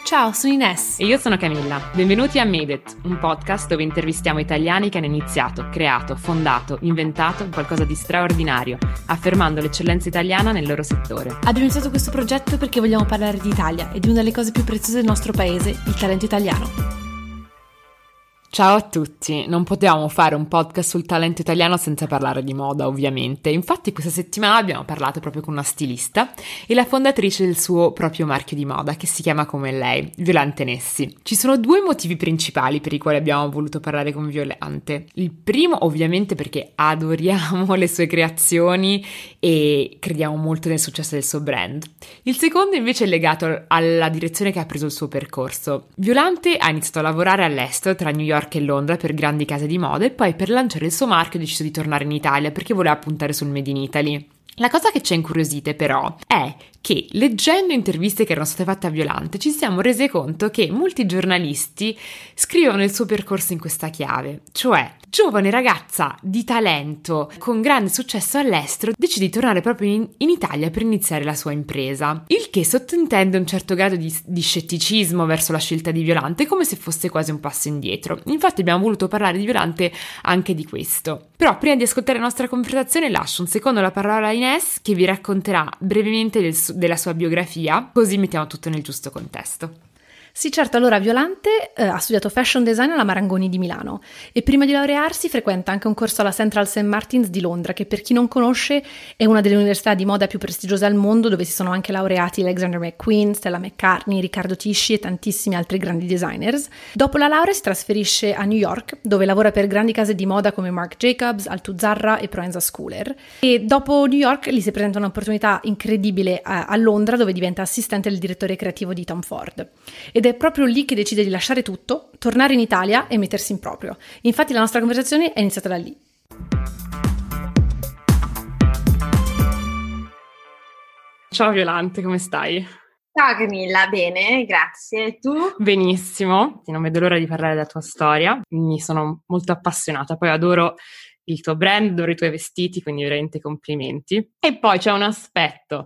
Ciao, sono Ines. E io sono Camilla. Benvenuti a Made It, un podcast dove intervistiamo italiani che hanno iniziato, creato, fondato, inventato qualcosa di straordinario, affermando l'eccellenza italiana nel loro settore. Abbiamo iniziato questo progetto perché vogliamo parlare di Italia e di una delle cose più preziose del nostro paese, il talento italiano. Ciao a tutti, non potevamo fare un podcast sul talento italiano senza parlare di moda, ovviamente. Infatti questa settimana abbiamo parlato proprio con una stilista e la fondatrice del suo proprio marchio di moda, che si chiama come lei, Violante Nessi. Ci sono due motivi principali per i quali abbiamo voluto parlare con Violante. Il primo, ovviamente, perché adoriamo le sue creazioni e crediamo molto nel successo del suo brand. Il secondo, invece, è legato alla direzione che ha preso il suo percorso. Violante ha iniziato a lavorare all'estero, tra New York e Londra, per grandi case di moda, e poi per lanciare il suo marchio ha deciso di tornare in Italia perché voleva puntare sul Made in Italy. La cosa che ci ha incuriosite però è che, leggendo interviste che erano state fatte a Violante, ci siamo rese conto che molti giornalisti scrivono il suo percorso in questa chiave, cioè giovane ragazza di talento con grande successo all'estero decide di tornare proprio in Italia per iniziare la sua impresa, il che sottintende un certo grado di scetticismo verso la scelta di Violante, come se fosse quasi un passo indietro. Infatti abbiamo voluto parlare di Violante anche di questo. Però prima di ascoltare la nostra conversazione lascio un secondo la parola a Ines, che vi racconterà brevemente della sua biografia, così mettiamo tutto nel giusto contesto. Sì, certo, allora Violante ha studiato fashion design alla Marangoni di Milano e prima di laurearsi frequenta anche un corso alla Central St. Martin's di Londra, che per chi non conosce è una delle università di moda più prestigiose al mondo, dove si sono anche laureati Alexander McQueen, Stella McCartney, Riccardo Tisci e tantissimi altri grandi designers. Dopo la laurea si trasferisce a New York, dove lavora per grandi case di moda come Marc Jacobs, Altuzzarra e Proenza Schouler, e dopo New York gli si presenta un'opportunità incredibile a Londra, dove diventa assistente del direttore creativo di Tom Ford. Ed è proprio lì che decide di lasciare tutto, tornare in Italia e mettersi in proprio. Infatti la nostra conversazione è iniziata da lì. Ciao Violante, come stai? Ciao Camilla, bene, grazie. E tu? Benissimo, non vedo l'ora di parlare della tua storia, mi sono molto appassionata, poi adoro il tuo brand, adoro i tuoi vestiti, quindi veramente complimenti. E poi c'è un aspetto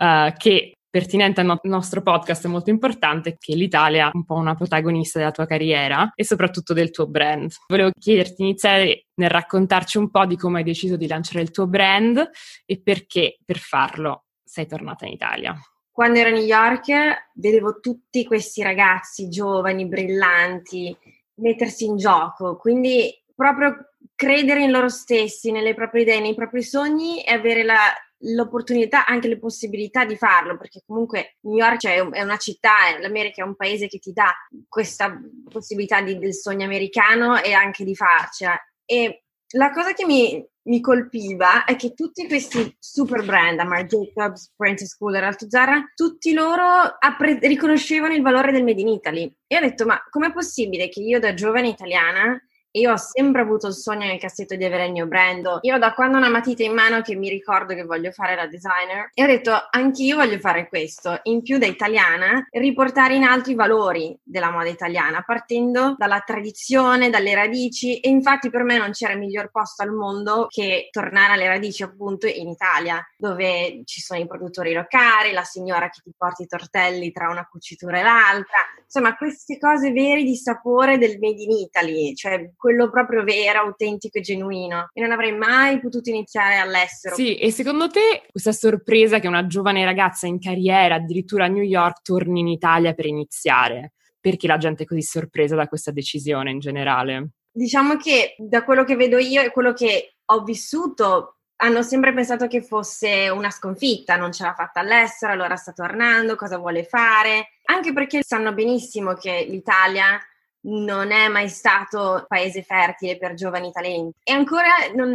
che pertinente al nostro podcast, è molto importante, che l'Italia è un po' una protagonista della tua carriera e soprattutto del tuo brand. Volevo chiederti, iniziare nel raccontarci un po' di come hai deciso di lanciare il tuo brand e perché per farlo sei tornata in Italia. Quando ero a New York vedevo tutti questi ragazzi giovani, brillanti, mettersi in gioco, quindi proprio credere in loro stessi, nelle proprie idee, nei propri sogni e avere l'opportunità, anche le possibilità di farlo, perché comunque New York è una città, l'America è un paese che ti dà questa possibilità del sogno americano e anche di farcela. E la cosa che mi colpiva è che tutti questi super brand, Marc Jacobs, Proenza Schouler, Altuzzarra, tutti loro riconoscevano il valore del Made in Italy. E ho detto, ma com'è possibile che io da giovane italiana, io ho sempre avuto il sogno nel cassetto di avere il mio brand. Io da quando ho una matita in mano che mi ricordo che voglio fare la designer, e ho detto anch'io voglio fare questo, in più da italiana, riportare in alto i valori della moda italiana, partendo dalla tradizione, dalle radici, e infatti per me non c'era miglior posto al mondo che tornare alle radici, appunto in Italia, dove ci sono i produttori locali, la signora che ti porta i tortelli tra una cucitura e l'altra, insomma queste cose vere di sapore del Made in Italy, cioè quello proprio vero, autentico e genuino. E non avrei mai potuto iniziare all'estero. Sì, e secondo te questa sorpresa che una giovane ragazza in carriera, addirittura a New York, torni in Italia per iniziare? Perché la gente è così sorpresa da questa decisione in generale? Diciamo che da quello che vedo io e quello che ho vissuto, hanno sempre pensato che fosse una sconfitta, non ce l'ha fatta all'estero, allora sta tornando, cosa vuole fare? Anche perché sanno benissimo che l'Italia non è mai stato paese fertile per giovani talenti. E ancora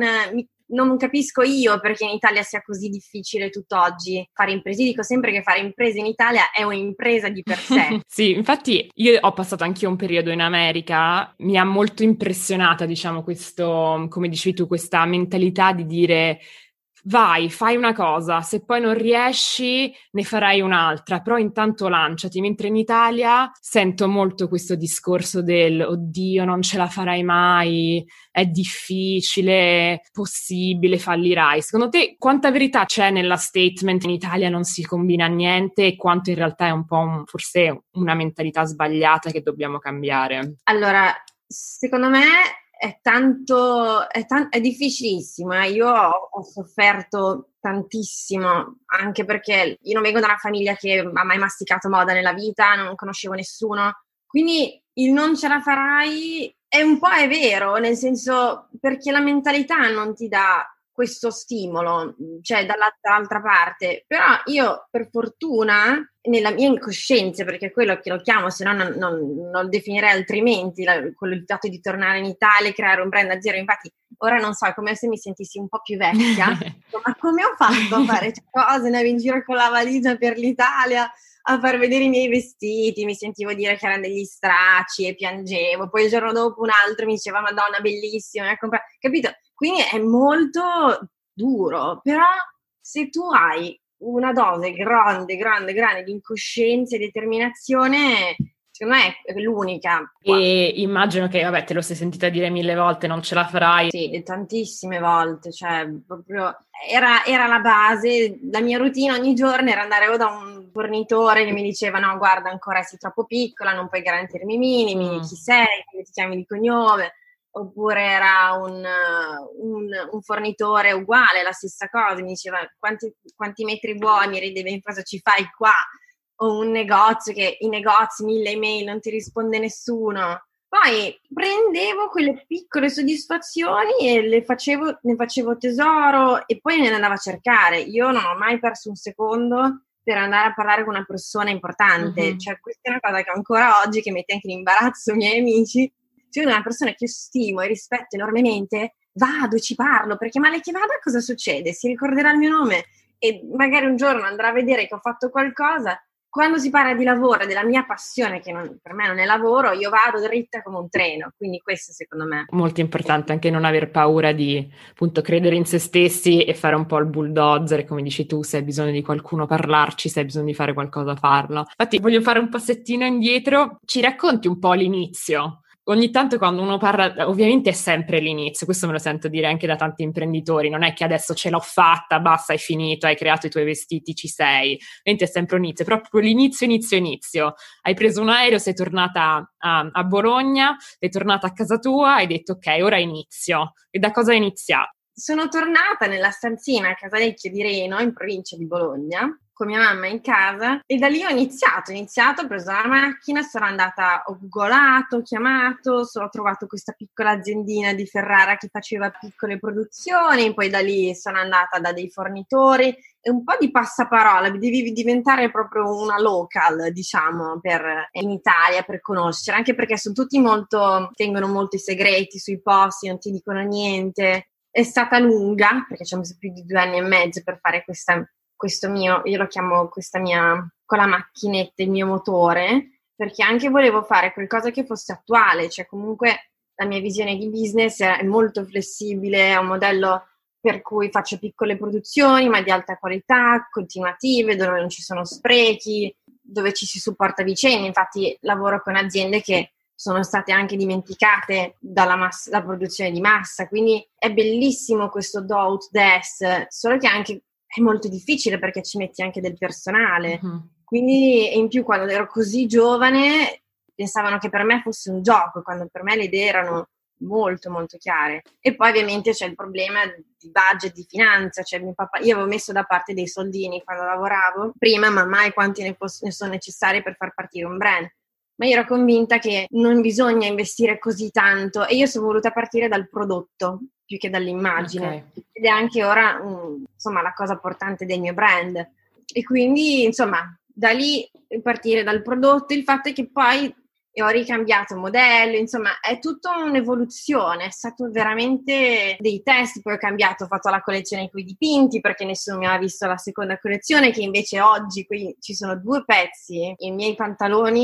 non capisco io perché in Italia sia così difficile tutt'oggi fare imprese. Io dico sempre che fare imprese in Italia è un'impresa di per sé. Sì, infatti io ho passato anch'io un periodo in America, mi ha molto impressionata, diciamo, questo, come dicevi tu, questa mentalità di dire vai, fai una cosa, se poi non riesci ne farai un'altra, però intanto lanciati, mentre in Italia sento molto questo discorso del oddio, non ce la farai mai, è difficile, possibile, fallirai. Secondo te quanta verità c'è nella statement in Italia non si combina niente e quanto in realtà è un po' forse una mentalità sbagliata che dobbiamo cambiare? Allora, secondo me è difficilissimo. Io ho sofferto tantissimo, anche perché io non vengo da una famiglia che ha mai masticato moda nella vita, non conoscevo nessuno, quindi il non ce la farai è vero, nel senso, perché la mentalità non ti dà questo stimolo, cioè dall'altra parte. Però io, per fortuna, nella mia incoscienza, perché è quello che lo chiamo, se no non lo definirei altrimenti, quello il fatto di tornare in Italia e creare un brand a zero. Infatti ora non so, è come se mi sentissi un po' più vecchia, ma come ho fatto a fare cose, andavo in giro con la valigia per l'Italia a far vedere i miei vestiti, mi sentivo dire che erano degli stracci e piangevo, poi il giorno dopo un altro mi diceva Madonna bellissima, capito? Quindi è molto duro, però se tu hai una dose grande di incoscienza e determinazione, secondo me è l'unica. E immagino che, vabbè, te lo sei sentita dire 1000 volte, non ce la farai. Sì, tantissime volte, cioè proprio era la base. La mia routine ogni giorno era andare da un fornitore che mi diceva no, guarda, ancora sei troppo piccola, non puoi garantirmi i minimi, chi sei, come ti chiami di cognome. Oppure era un fornitore uguale, la stessa cosa, mi diceva quanti metri vuoi, mi ridevi, cosa ci fai qua? O un negozio che i negozi, 1000 email, non ti risponde nessuno. Poi prendevo quelle piccole soddisfazioni e ne facevo tesoro e poi ne andavo a cercare. Io non ho mai perso un secondo per andare a parlare con una persona importante. Cioè, questa è una cosa che ancora oggi, che mette anche in imbarazzo i miei amici, se io una persona che io stimo e rispetto enormemente, vado e ci parlo, perché male che vada cosa succede? Si ricorderà il mio nome e magari un giorno andrà a vedere che ho fatto qualcosa. Quando si parla di lavoro, della mia passione, che per me non è lavoro, io vado dritta come un treno, quindi questo secondo me. Molto importante anche non aver paura di, appunto, credere in se stessi e fare un po' il bulldozer, come dici tu, se hai bisogno di qualcuno parlarci, se hai bisogno di fare qualcosa, farlo. Infatti voglio fare un passettino indietro, ci racconti un po' l'inizio? Ogni tanto quando uno parla, ovviamente è sempre l'inizio, questo me lo sento dire anche da tanti imprenditori, non è che adesso ce l'ho fatta, basta, hai finito, hai creato i tuoi vestiti, ci sei, ovviamente è sempre un inizio, però proprio l'inizio, hai preso un aereo, sei tornata a Bologna, sei tornata a casa tua, hai detto ok, ora inizio, e da cosa hai iniziato? Sono tornata nella stanzina a Casalecchio di Reno, in provincia di Bologna, con mia mamma in casa, e da lì ho iniziato, ho preso la macchina, sono andata, ho googolato, ho chiamato, ho trovato questa piccola aziendina di Ferrara che faceva piccole produzioni, poi da lì sono andata da dei fornitori e un po' di passaparola, devi diventare proprio una local, diciamo, in Italia per conoscere, anche perché sono tutti tengono molto i segreti sui posti, non ti dicono niente. È stata lunga, perché ci ho messo più di 2 anni e mezzo per fare questo mio, io lo chiamo questa mia, con la macchinetta, il mio motore, perché anche volevo fare qualcosa che fosse attuale, cioè comunque la mia visione di business è molto flessibile, è un modello per cui faccio piccole produzioni, ma di alta qualità, continuative, dove non ci sono sprechi, dove ci si supporta a vicenda. Infatti lavoro con aziende che sono state anche dimenticate dalla produzione di massa, quindi è bellissimo questo do ut des, solo che anche è molto difficile perché ci metti anche del personale. Quindi, e in più, quando ero così giovane pensavano che per me fosse un gioco, quando per me le idee erano molto molto chiare. E poi ovviamente c'è il problema di budget, di finanza, cioè mio papà, io avevo messo da parte dei soldini quando lavoravo prima, ma mai quanti ne sono necessari per far partire un brand. Ma io ero convinta che non bisogna investire così tanto e io sono voluta partire dal prodotto più che dall'immagine. Okay. Ed è anche ora insomma la cosa portante del mio brand. E quindi insomma da lì partire dal prodotto, il fatto è che poi ho ricambiato modello, insomma è tutta un'evoluzione, è stato veramente dei test, poi ho fatto la collezione con i dipinti perché nessuno mi aveva visto la seconda collezione, che invece oggi qui ci sono 2 pezzi, i miei pantaloni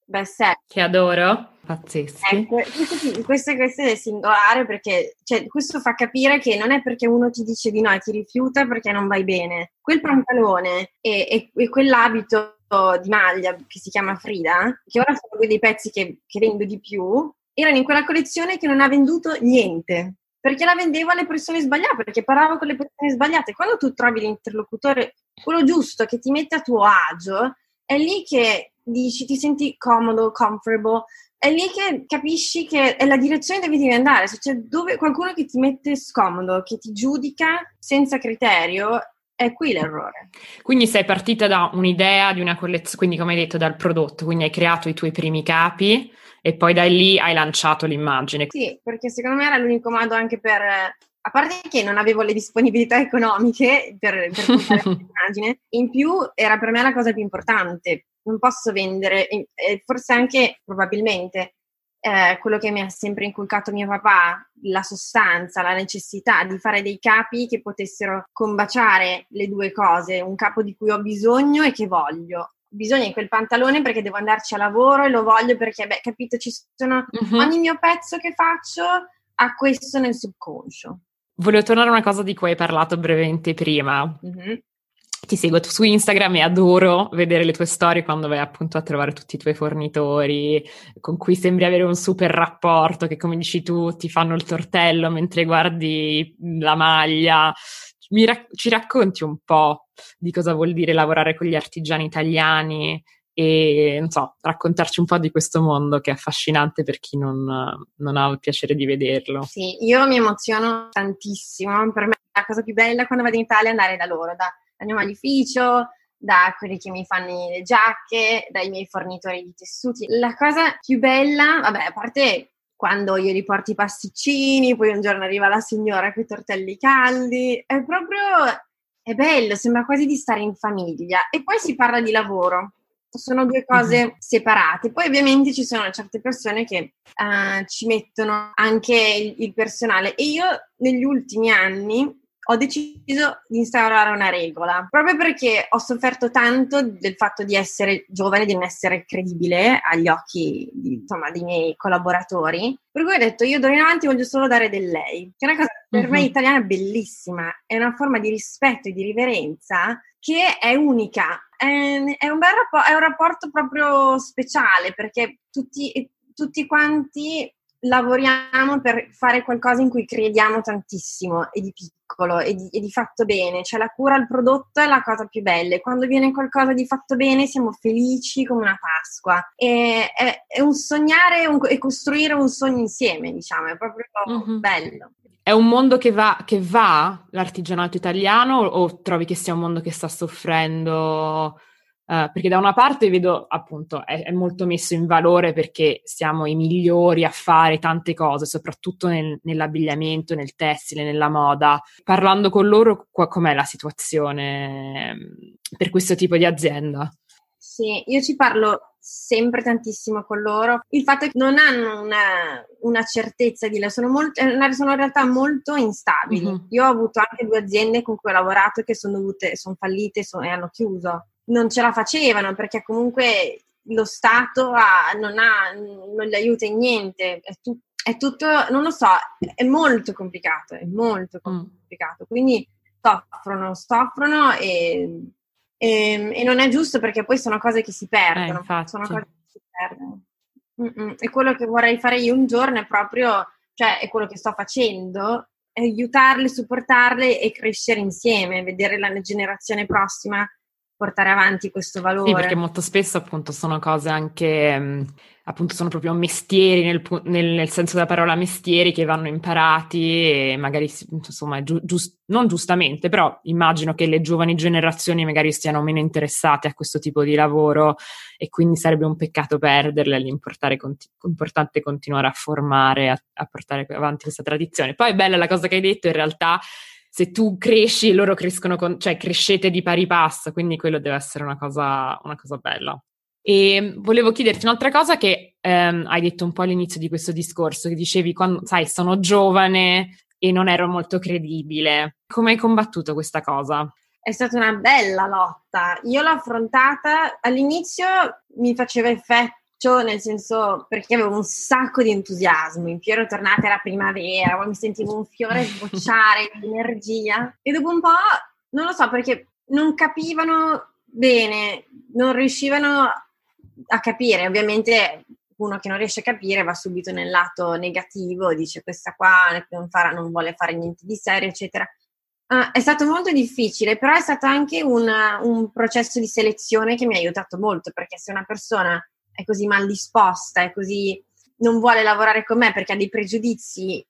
best-seller. Che adoro, pazzeschi. Questo è singolare perché cioè, questo fa capire che non è perché uno ti dice di no e ti rifiuta perché non vai bene. Quel pantalone e quell'abito di maglia che si chiama Frida, che ora sono due dei pezzi che vendo di più, erano in quella collezione che non ha venduto niente. Perché la vendevo alle persone sbagliate, perché parlavo con le persone sbagliate. Quando tu trovi l'interlocutore, quello giusto, che ti mette a tuo agio, è lì che dici, ti senti comodo, comfortable, è lì che capisci che è la direzione dove devi andare. Se c'è qualcuno che ti mette scomodo, che ti giudica senza criterio, è qui l'errore. Quindi sei partita da un'idea di una collezione, quindi come hai detto dal prodotto, quindi hai creato i tuoi primi capi e poi da lì hai lanciato l'immagine. Sì, perché secondo me era l'unico modo anche per... A parte che non avevo le disponibilità economiche per comprare l'immagine, in più era per me la cosa più importante. Non posso vendere, forse anche probabilmente quello che mi ha sempre inculcato mio papà, la sostanza, la necessità di fare dei capi che potessero combaciare le due cose, un capo di cui ho bisogno e che voglio. Bisogno di quel pantalone perché devo andarci a lavoro e lo voglio perché, capito, ci sono ogni mio pezzo che faccio ha questo nel subconscio. Volevo tornare a una cosa di cui hai parlato brevemente prima. Ti seguo su Instagram e adoro vedere le tue storie quando vai appunto a trovare tutti i tuoi fornitori con cui sembri avere un super rapporto, che come dici tu ti fanno il tortello mentre guardi la maglia. Ci racconti un po' di cosa vuol dire lavorare con gli artigiani italiani e, non so, raccontarci un po' di questo mondo che è affascinante per chi non ha il piacere di vederlo. Sì, io mi emoziono tantissimo. Per me la cosa più bella quando vado in Italia è andare da loro, dal mio manificio, da quelli che mi fanno le giacche, dai miei fornitori di tessuti. La cosa più bella, vabbè, a parte quando io gli porto i pasticcini, poi un giorno arriva la signora con i tortelli caldi, è bello, sembra quasi di stare in famiglia. E poi si parla di lavoro. Sono due cose separate. Poi ovviamente ci sono certe persone che ci mettono anche il personale e io negli ultimi anni ho deciso di instaurare una regola, proprio perché ho sofferto tanto del fatto di essere giovane, di non essere credibile agli occhi dei miei collaboratori, per cui ho detto io d'ora in avanti voglio solo dare del lei, che è una cosa per me italiana bellissima, è una forma di rispetto e di riverenza che è unica, è un bel rapporto, è un rapporto proprio speciale perché tutti quanti lavoriamo per fare qualcosa in cui crediamo tantissimo e di piccolo e di fatto bene, cioè la cura al prodotto è la cosa più bella e quando viene qualcosa di fatto bene siamo felici come una Pasqua è un sognare e costruire un sogno insieme, diciamo, è proprio bello. È un mondo che va l'artigianato italiano o trovi che sia un mondo che sta soffrendo? Perché da una parte vedo appunto è molto messo in valore perché siamo i migliori a fare tante cose, soprattutto nell'abbigliamento, nel tessile, nella moda. Parlando con loro, com'è la situazione per questo tipo di azienda? Sì, io ci parlo sempre tantissimo con loro. Il fatto è che non hanno una certezza di sono in realtà molto instabili. Io ho avuto anche 2 aziende con cui ho lavorato che sono fallite e hanno chiuso. Non ce la facevano perché comunque lo Stato non li aiuta in niente, è tutto, non lo so, è molto complicato, quindi soffrono e non è giusto perché poi sono cose che si perdono, E quello che vorrei fare io un giorno è proprio, cioè è quello che sto facendo, è aiutarle, supportarle e crescere insieme, vedere la generazione prossima portare avanti questo valore. Sì, perché molto spesso appunto sono cose anche, appunto sono proprio mestieri nel senso della parola mestieri che vanno imparati e magari insomma non giustamente, però immagino che le giovani generazioni magari stiano meno interessate a questo tipo di lavoro e quindi sarebbe un peccato perderle, l'importante è continuare a formare, a portare avanti questa tradizione. Poi è bella la cosa che hai detto, in realtà se tu cresci, loro crescono cioè crescete di pari passo, quindi quello deve essere una cosa bella. E volevo chiederti un'altra cosa che hai detto un po' all'inizio di questo discorso, che dicevi, quando, sai, sono giovane e non ero molto credibile. Come hai combattuto questa cosa? È stata una bella lotta. Io l'ho affrontata, all'inizio mi faceva effetto, ghiaccio, nel senso, perché avevo un sacco di entusiasmo, in più ero tornata, era primavera, poi mi sentivo un fiore sbocciare di energia, e dopo un po', non lo so, perché non capivano bene, non riuscivano a capire. Ovviamente uno che non riesce a capire va subito nel lato negativo, dice questa qua non vuole fare niente di serio, eccetera. È stato molto difficile, però è stato anche un processo di selezione che mi ha aiutato molto, perché se una persona è così mal disposta, è così, non vuole lavorare con me perché ha dei pregiudizi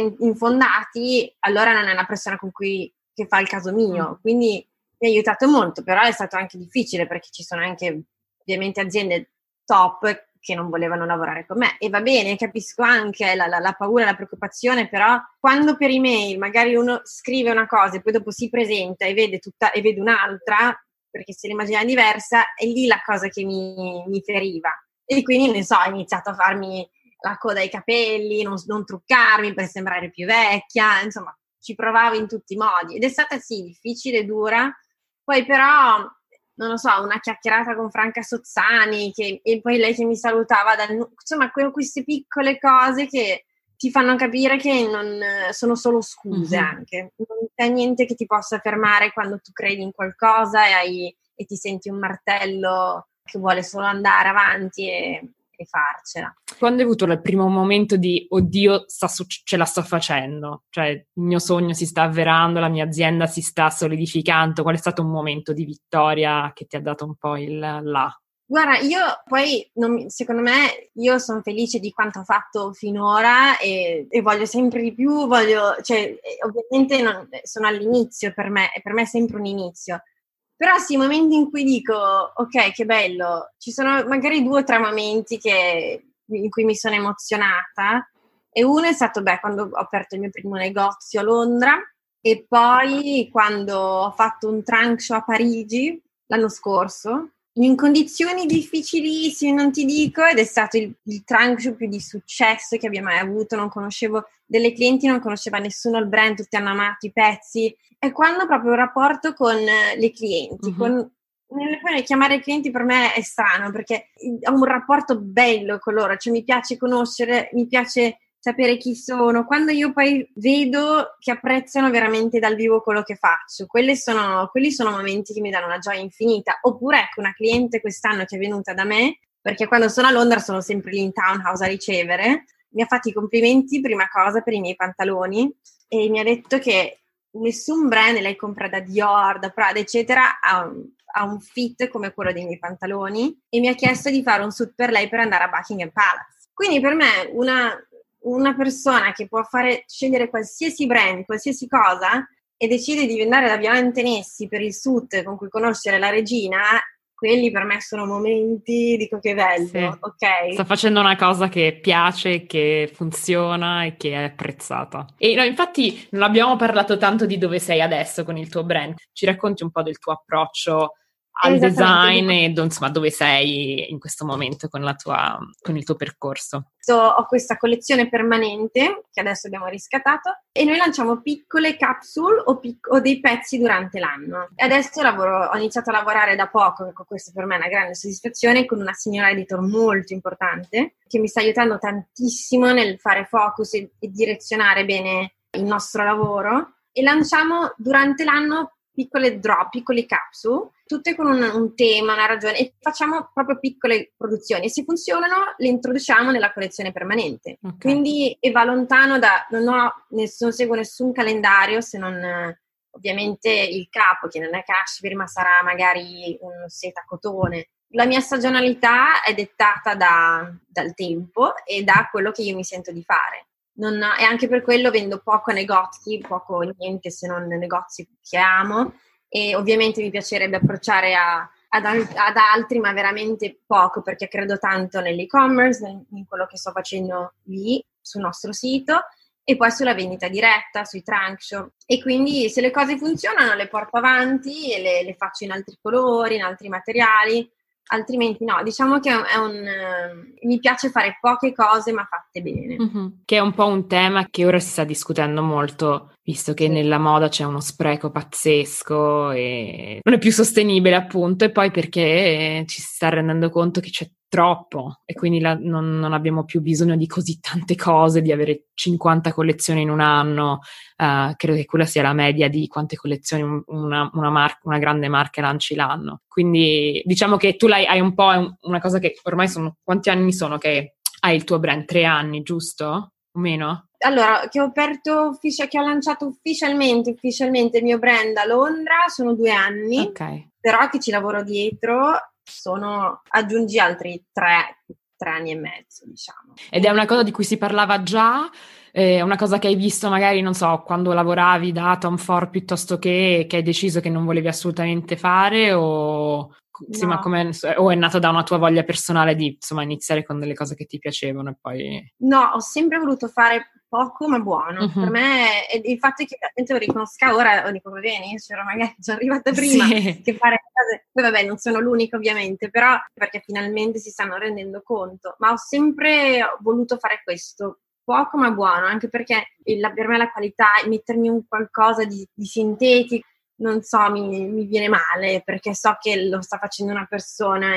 infondati, allora non è una persona con cui che fa il caso mio. Quindi mi ha aiutato molto, però è stato anche difficile perché ci sono anche ovviamente aziende top che non volevano lavorare con me, e va bene, capisco anche la paura, la preoccupazione, però quando per email magari uno scrive una cosa e poi dopo si presenta e vede un'altra, perché se l'immagina diversa, è lì la cosa che mi feriva, e quindi ne so, ho iniziato a farmi la coda ai capelli, non truccarmi per sembrare più vecchia, insomma ci provavo in tutti i modi, ed è stata sì difficile, dura. Poi però, non lo so, una chiacchierata con Franca Sozzani, e poi lei che mi salutava, insomma queste piccole cose che ti fanno capire che non sono solo scuse, anche. Non c'è niente che ti possa fermare quando tu credi in qualcosa e ti senti un martello che vuole solo andare avanti e farcela. Quando hai avuto il primo momento di oddio, ce la sto facendo, cioè il mio sogno si sta avverando, la mia azienda si sta solidificando, qual è stato un momento di vittoria che ti ha dato un po' il là? Guarda, io poi, secondo me, io sono felice di quanto ho fatto finora e voglio sempre di più, cioè, ovviamente sono all'inizio per me è sempre un inizio. Però sì, i momenti in cui dico, ok, che bello, ci sono magari 2 o 3 momenti in cui mi sono emozionata, e uno è stato, quando ho aperto il mio primo negozio a Londra, e poi quando ho fatto un trunk show a Parigi l'anno scorso, in condizioni difficilissime, non ti dico, ed è stato il trunk show più di successo che abbia mai avuto. Non conoscevo delle clienti, non conosceva nessuno il brand, tutti hanno amato i pezzi. E quando proprio un rapporto con le clienti, poi chiamare i clienti per me è strano, perché ho un rapporto bello con loro, cioè mi piace conoscere, mi piace sapere chi sono. Quando io poi vedo che apprezzano veramente dal vivo quello che faccio, quelli sono momenti che mi danno una gioia infinita. Oppure ecco, una cliente quest'anno che è venuta da me, perché quando sono a Londra sono sempre lì in townhouse a ricevere, mi ha fatto i complimenti prima cosa per i miei pantaloni, e mi ha detto che nessun brand, lei compra da Dior, da Prada eccetera, ha un fit come quello dei miei pantaloni, e mi ha chiesto di fare un suit per lei per andare a Buckingham Palace. Quindi per me una persona che può scegliere qualsiasi brand, qualsiasi cosa, e decide di andare da Violante Nessi per il suit con cui conoscere la regina, quelli per me sono momenti, dico che bello, sì. Ok? Sta facendo una cosa che piace, che funziona e che è apprezzata. E no, infatti non abbiamo parlato tanto di dove sei adesso con il tuo brand. Ci racconti un po' del tuo approccio al design e insomma dove sei in questo momento con il tuo percorso? Ho questa collezione permanente che adesso abbiamo riscattato, e noi lanciamo piccole capsule o dei pezzi durante l'anno. E adesso ho iniziato a lavorare da poco, ecco, questo per me è una grande soddisfazione, con una signora editor molto importante che mi sta aiutando tantissimo nel fare focus e direzionare bene il nostro lavoro, e lanciamo durante l'anno piccole drop, piccole capsule, tutte con un tema, una ragione, e facciamo proprio piccole produzioni, e se funzionano le introduciamo nella collezione permanente. Okay. Quindi va lontano non seguo nessun calendario, se non ovviamente il capo, che non è cashmere ma sarà magari un seta cotone. La mia stagionalità è dettata dal tempo e da quello che io mi sento di fare. E anche per quello vendo poco a negozi, poco niente se non negozi che amo, e ovviamente mi piacerebbe approcciare ad altri, ma veramente poco, perché credo tanto nell'e-commerce, in quello che sto facendo lì sul nostro sito, e poi sulla vendita diretta, sui trunk show, e quindi se le cose funzionano le porto avanti e le faccio in altri colori, in altri materiali. Altrimenti no, diciamo che mi piace fare poche cose ma fatte bene. Mm-hmm. Che è un po' un tema che ora si sta discutendo molto, visto che nella moda c'è uno spreco pazzesco e non è più sostenibile, appunto, e poi perché ci si sta rendendo conto che c'è troppo, e quindi non abbiamo più bisogno di così tante cose, di avere 50 collezioni in un anno. Credo che quella sia la media di quante collezioni una grande marca lanci l'anno. Quindi diciamo che tu hai un po' una cosa che ormai sono, quanti anni sono che hai il tuo brand? 3 anni, giusto? O meno? Allora, che ho lanciato ufficialmente il mio brand a Londra sono 2 anni, ok, però che ci lavoro dietro aggiungi altri 3 anni e mezzo, diciamo. Ed è una cosa di cui si parlava già? È una cosa che hai visto magari, non so, quando lavoravi da Tom Ford piuttosto che hai deciso che non volevi assolutamente fare, o... Sì, No. o è nato da una tua voglia personale di, insomma, iniziare con delle cose che ti piacevano e poi... No, ho sempre voluto fare poco ma buono. Mm-hmm. Per me, il fatto che lo riconosca ora, dico, va bene, io c'ero magari già arrivata prima che fare cose. Poi vabbè, non sono l'unica ovviamente, però perché finalmente si stanno rendendo conto. Ma ho sempre voluto fare questo, poco ma buono, anche perché per me la qualità, mettermi un qualcosa di sintetico, non so, mi viene male, perché so che lo sta facendo una persona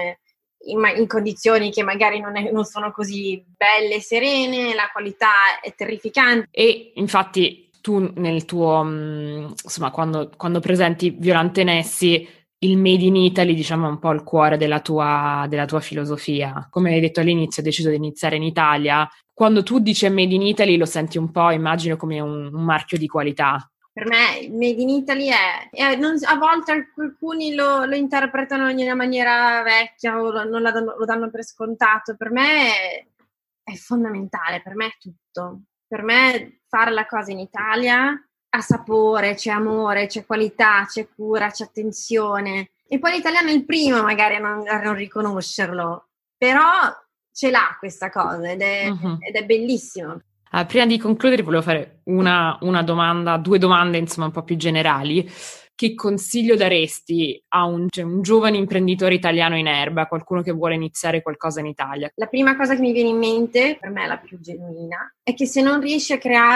in condizioni che magari non sono così belle e serene, la qualità è terrificante. E infatti tu nel tuo, insomma, quando presenti Violante Nessi, il Made in Italy, diciamo, è un po' il cuore della tua filosofia. Come hai detto all'inizio, hai deciso di iniziare in Italia. Quando tu dici Made in Italy lo senti un po', immagino, come un marchio di qualità. Per me il Made in Italy a volte alcuni lo interpretano in una maniera vecchia o lo danno per scontato. Per me è fondamentale, per me è tutto. Per me fare la cosa in Italia ha sapore, c'è amore, c'è qualità, c'è cura, c'è attenzione. E poi l'italiano è il primo magari a non riconoscerlo, però ce l'ha questa cosa ed è bellissimo. Prima di concludere volevo fare una domanda, 2 domande insomma un po' più generali. Che consiglio daresti a un giovane imprenditore italiano in erba, qualcuno che vuole iniziare qualcosa in Italia? La prima cosa che mi viene in mente, per me è la più genuina, è che se non riesci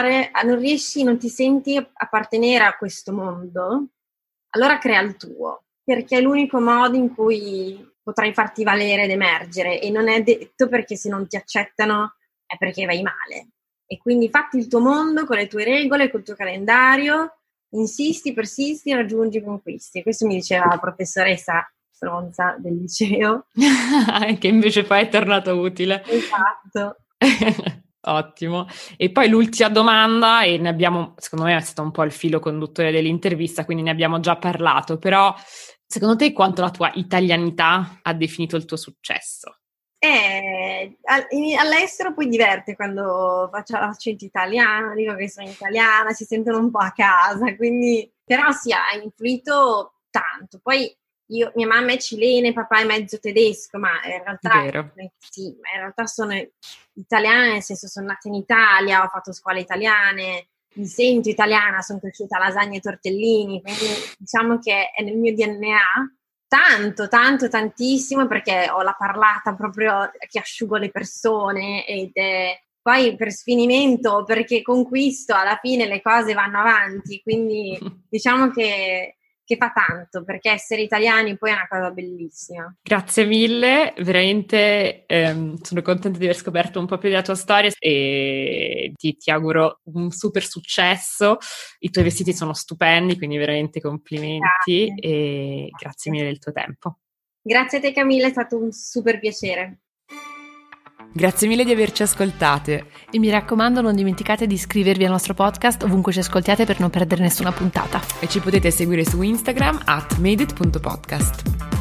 non ti senti appartenere a questo mondo, allora crea il tuo, perché è l'unico modo in cui potrai farti valere ed emergere, e non è detto perché se non ti accettano è perché vai male. E quindi fatti il tuo mondo con le tue regole, col tuo calendario, insisti, persisti, raggiungi, conquisti. Questo mi diceva la professoressa stronza del liceo. Che invece poi è tornato utile. Esatto. Ottimo. E poi l'ultima domanda, e ne abbiamo, secondo me è stato un po' il filo conduttore dell'intervista, quindi ne abbiamo già parlato, però secondo te quanto la tua italianità ha definito il tuo successo? All'estero poi diverte quando faccio l'accento italiano, dico che sono italiana, si sentono un po' a casa, quindi però sì, ha influito tanto. Poi mia mamma è cilena, papà è mezzo tedesco, ma in realtà sono italiana, nel senso sono nata in Italia, ho fatto scuole italiane, mi sento italiana, sono cresciuta a lasagne e tortellini, quindi diciamo che è nel mio DNA. Tantissimo, perché ho la parlata proprio che asciugo le persone, poi per sfinimento, perché conquisto, alla fine le cose vanno avanti, quindi diciamo che fa tanto, perché essere italiani poi è una cosa bellissima. Grazie mille, veramente sono contenta di aver scoperto un po' più della tua storia e ti auguro un super successo. I tuoi vestiti sono stupendi, quindi veramente complimenti. Grazie. E grazie mille del tuo tempo. Grazie a te Camilla, è stato un super piacere. Grazie mille di averci ascoltate. E mi raccomando, non dimenticate di iscrivervi al nostro podcast ovunque ci ascoltiate per non perdere nessuna puntata. E ci potete seguire su Instagram @madeit.podcast.